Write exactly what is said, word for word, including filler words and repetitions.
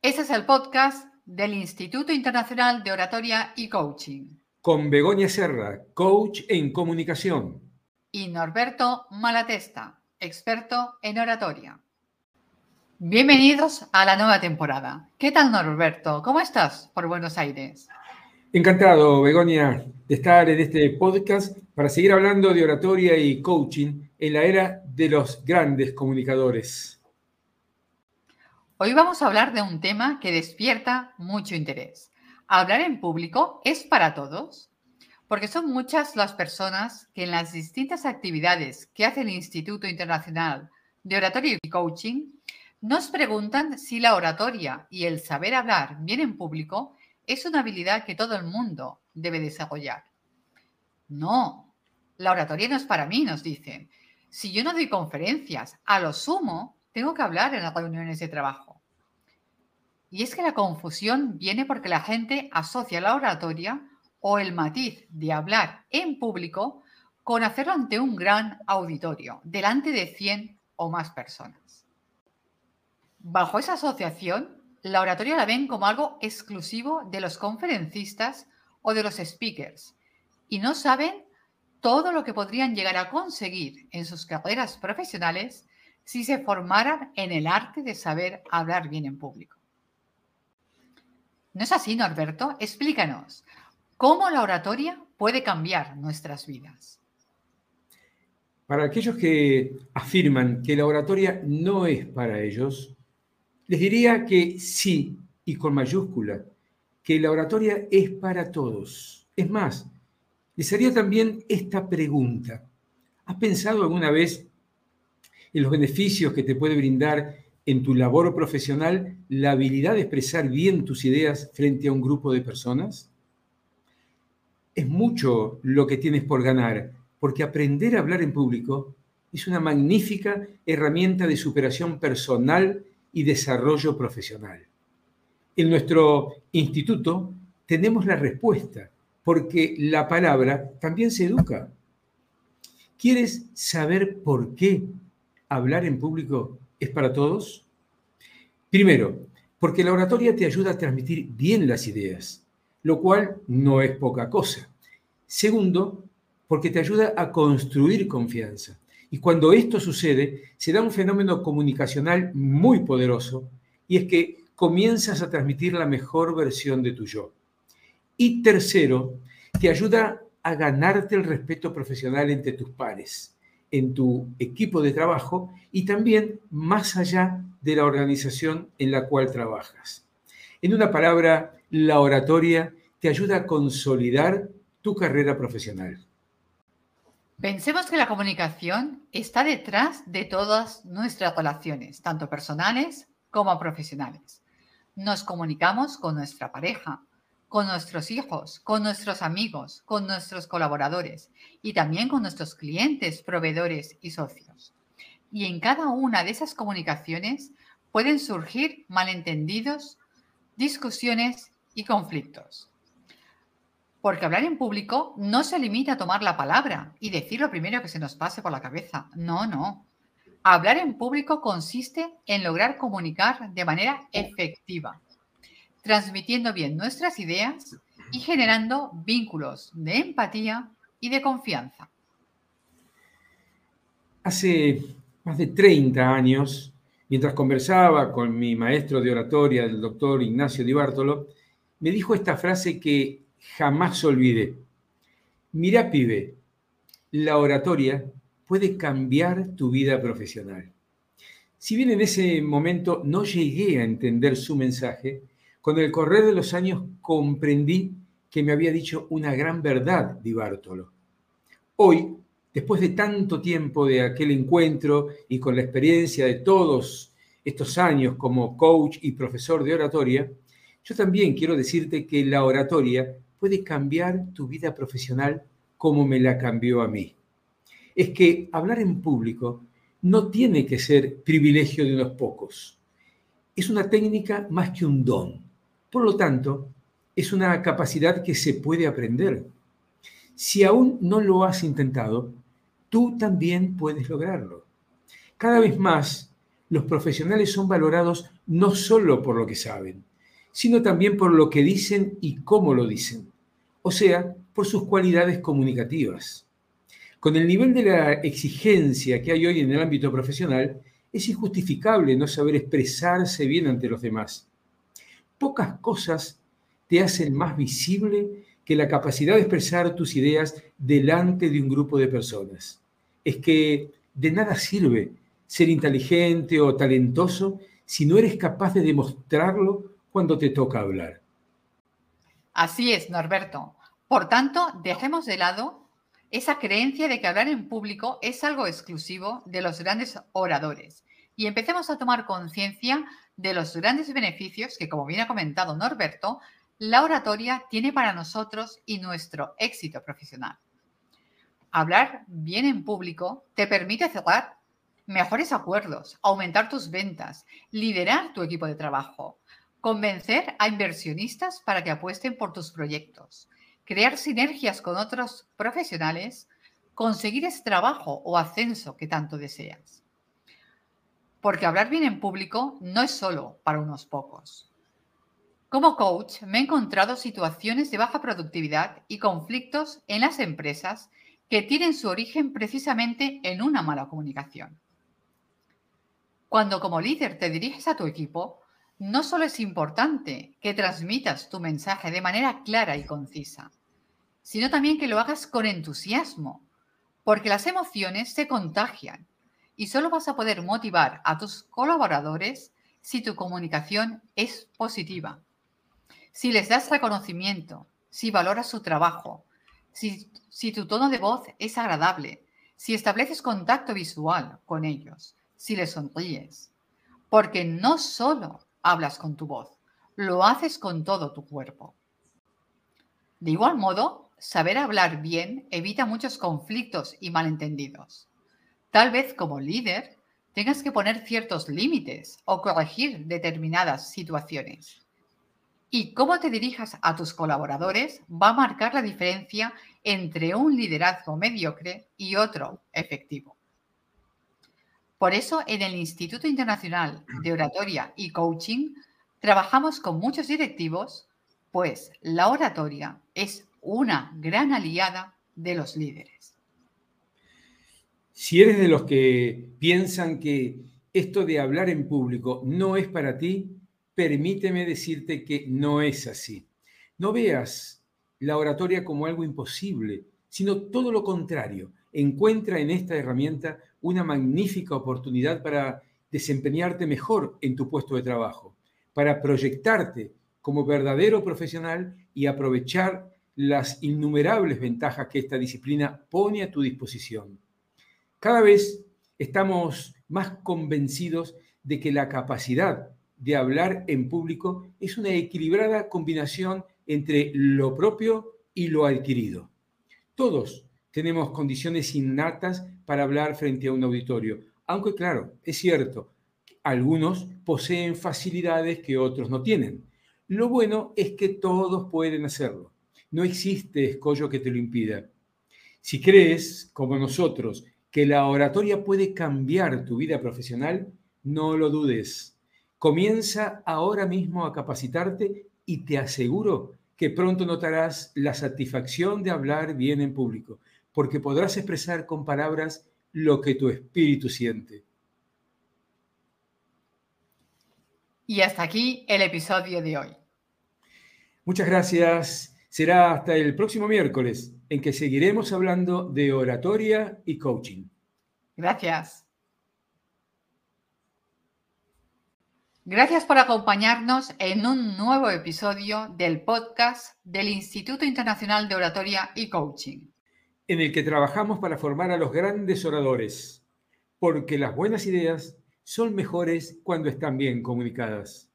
Este es el podcast del Instituto Internacional de Oratoria y Coaching. Con Begoña Serra, coach en comunicación. Y Norberto Malatesta, experto en oratoria. Bienvenidos a la nueva temporada. ¿Qué tal, Norberto? ¿Cómo estás por Buenos Aires? Encantado, Begoña, de estar en este podcast para seguir hablando de oratoria y coaching en la era de los grandes comunicadores. Hoy vamos a hablar de un tema que despierta mucho interés. ¿Hablar en público es para todos? Porque son muchas las personas que en las distintas actividades que hace el Instituto Internacional de Oratoria y Coaching nos preguntan si la oratoria y el saber hablar bien en público es una habilidad que todo el mundo debe desarrollar. No, la oratoria no es para mí, nos dicen. Si yo no doy conferencias, a lo sumo tengo que hablar en las reuniones de trabajo. Y es que la confusión viene porque la gente asocia la oratoria o el matiz de hablar en público con hacerlo ante un gran auditorio, delante de cien o más personas. Bajo esa asociación, la oratoria la ven como algo exclusivo de los conferencistas o de los speakers y no saben todo lo que podrían llegar a conseguir en sus carreras profesionales si se formaran en el arte de saber hablar bien en público. ¿No es así, Norberto? Explícanos, ¿cómo la oratoria puede cambiar nuestras vidas? Para aquellos que afirman que la oratoria no es para ellos, les diría que sí, y con mayúscula, que la oratoria es para todos. Es más, les haría también esta pregunta. ¿Has pensado alguna vez en los beneficios que te puede brindar en tu labor profesional la habilidad de expresar bien tus ideas frente a un grupo de personas? Es mucho lo que tienes por ganar, porque aprender a hablar en público es una magnífica herramienta de superación personal y desarrollo profesional. En nuestro instituto tenemos la respuesta, porque la palabra también se educa. ¿Quieres saber por qué hablar en público es para todos? Primero, porque la oratoria te ayuda a transmitir bien las ideas, lo cual no es poca cosa. Segundo, porque te ayuda a construir confianza. Y cuando esto sucede, se da un fenómeno comunicacional muy poderoso, y es que comienzas a transmitir la mejor versión de tu yo. Y tercero, te ayuda a ganarte el respeto profesional entre tus pares, en tu equipo de trabajo y también más allá de la organización en la cual trabajas. En una palabra, la oratoria te ayuda a consolidar tu carrera profesional. Pensemos que la comunicación está detrás de todas nuestras relaciones, tanto personales como profesionales. Nos comunicamos con nuestra pareja, con nuestros hijos, con nuestros amigos, con nuestros colaboradores y también con nuestros clientes, proveedores y socios. Y en cada una de esas comunicaciones pueden surgir malentendidos, discusiones y conflictos. Porque hablar en público no se limita a tomar la palabra y decir lo primero que se nos pase por la cabeza. No, no. Hablar en público consiste en lograr comunicar de manera efectiva, transmitiendo bien nuestras ideas y generando vínculos de empatía y de confianza. Hace más de treinta años, mientras conversaba con mi maestro de oratoria, el doctor Ignacio Di Bartolo, me dijo esta frase que jamás olvidé. Mirá, pibe, la oratoria puede cambiar tu vida profesional. Si bien en ese momento no llegué a entender su mensaje, con el correr de los años comprendí que me había dicho una gran verdad Di Bartolo. Hoy, después de tanto tiempo de aquel encuentro y con la experiencia de todos estos años como coach y profesor de oratoria, yo también quiero decirte que la oratoria puede cambiar tu vida profesional como me la cambió a mí. Es que hablar en público no tiene que ser privilegio de unos pocos. Es una técnica más que un don. Por lo tanto, es una capacidad que se puede aprender. Si aún no lo has intentado, tú también puedes lograrlo. Cada vez más, Los profesionales son valorados no solo por lo que saben, sino también por lo que dicen y cómo lo dicen, o sea, por sus cualidades comunicativas. Con el nivel de la exigencia que hay hoy en el ámbito profesional, es injustificable no saber expresarse bien ante los demás. Pocas cosas te hacen más visible que la capacidad de expresar tus ideas delante de un grupo de personas. Es que de nada sirve ser inteligente o talentoso si no eres capaz de demostrarlo cuando te toca hablar. Así es, Norberto. Por tanto, dejemos de lado esa creencia de que hablar en público es algo exclusivo de los grandes oradores y empecemos a tomar conciencia de los grandes beneficios que, como bien ha comentado Norberto, la oratoria tiene para nosotros y nuestro éxito profesional. Hablar bien en público te permite cerrar mejores acuerdos, aumentar tus ventas, liderar tu equipo de trabajo, convencer a inversionistas para que apuesten por tus proyectos, crear sinergias con otros profesionales, conseguir ese trabajo o ascenso que tanto deseas. Porque hablar bien en público no es solo para unos pocos. Como coach, me he encontrado situaciones de baja productividad y conflictos en las empresas que tienen su origen precisamente en una mala comunicación. Cuando como líder te diriges a tu equipo, no solo es importante que transmitas tu mensaje de manera clara y concisa, sino también que lo hagas con entusiasmo, porque las emociones se contagian y solo vas a poder motivar a tus colaboradores si tu comunicación es positiva, si les das reconocimiento, si valoras su trabajo, si, si tu tono de voz es agradable, si estableces contacto visual con ellos, si les sonríes, porque no solo hablas con tu voz, lo haces con todo tu cuerpo. De igual modo, saber hablar bien evita muchos conflictos y malentendidos. Tal vez como líder tengas que poner ciertos límites o corregir determinadas situaciones. Y cómo te dirijas a tus colaboradores va a marcar la diferencia entre un liderazgo mediocre y otro efectivo. Por eso, en el Instituto Internacional de Oratoria y Coaching trabajamos con muchos directivos, pues la oratoria es una gran aliada de los líderes. Si eres de los que piensan que esto de hablar en público no es para ti, permíteme decirte que no es así. No veas la oratoria como algo imposible, sino todo lo contrario. Encuentra en esta herramienta una magnífica oportunidad para desempeñarte mejor en tu puesto de trabajo, para proyectarte como verdadero profesional y aprovechar las innumerables ventajas que esta disciplina pone a tu disposición. Cada vez estamos más convencidos de que la capacidad de hablar en público es una equilibrada combinación entre lo propio y lo adquirido. Todos tenemos condiciones innatas para hablar frente a un auditorio, aunque claro, es cierto, algunos poseen facilidades que otros no tienen. Lo bueno es que todos pueden hacerlo. No existe escollo que te lo impida. Si crees, como nosotros, que la oratoria puede cambiar tu vida profesional, no lo dudes. Comienza ahora mismo a capacitarte y te aseguro que pronto notarás la satisfacción de hablar bien en público, porque podrás expresar con palabras lo que tu espíritu siente. Y hasta aquí el episodio de hoy. Muchas gracias. Será hasta el próximo miércoles, en que seguiremos hablando de oratoria y coaching. Gracias. Gracias por acompañarnos en un nuevo episodio del podcast del Instituto Internacional de Oratoria y Coaching, en el que trabajamos para formar a los grandes oradores, porque las buenas ideas son mejores cuando están bien comunicadas.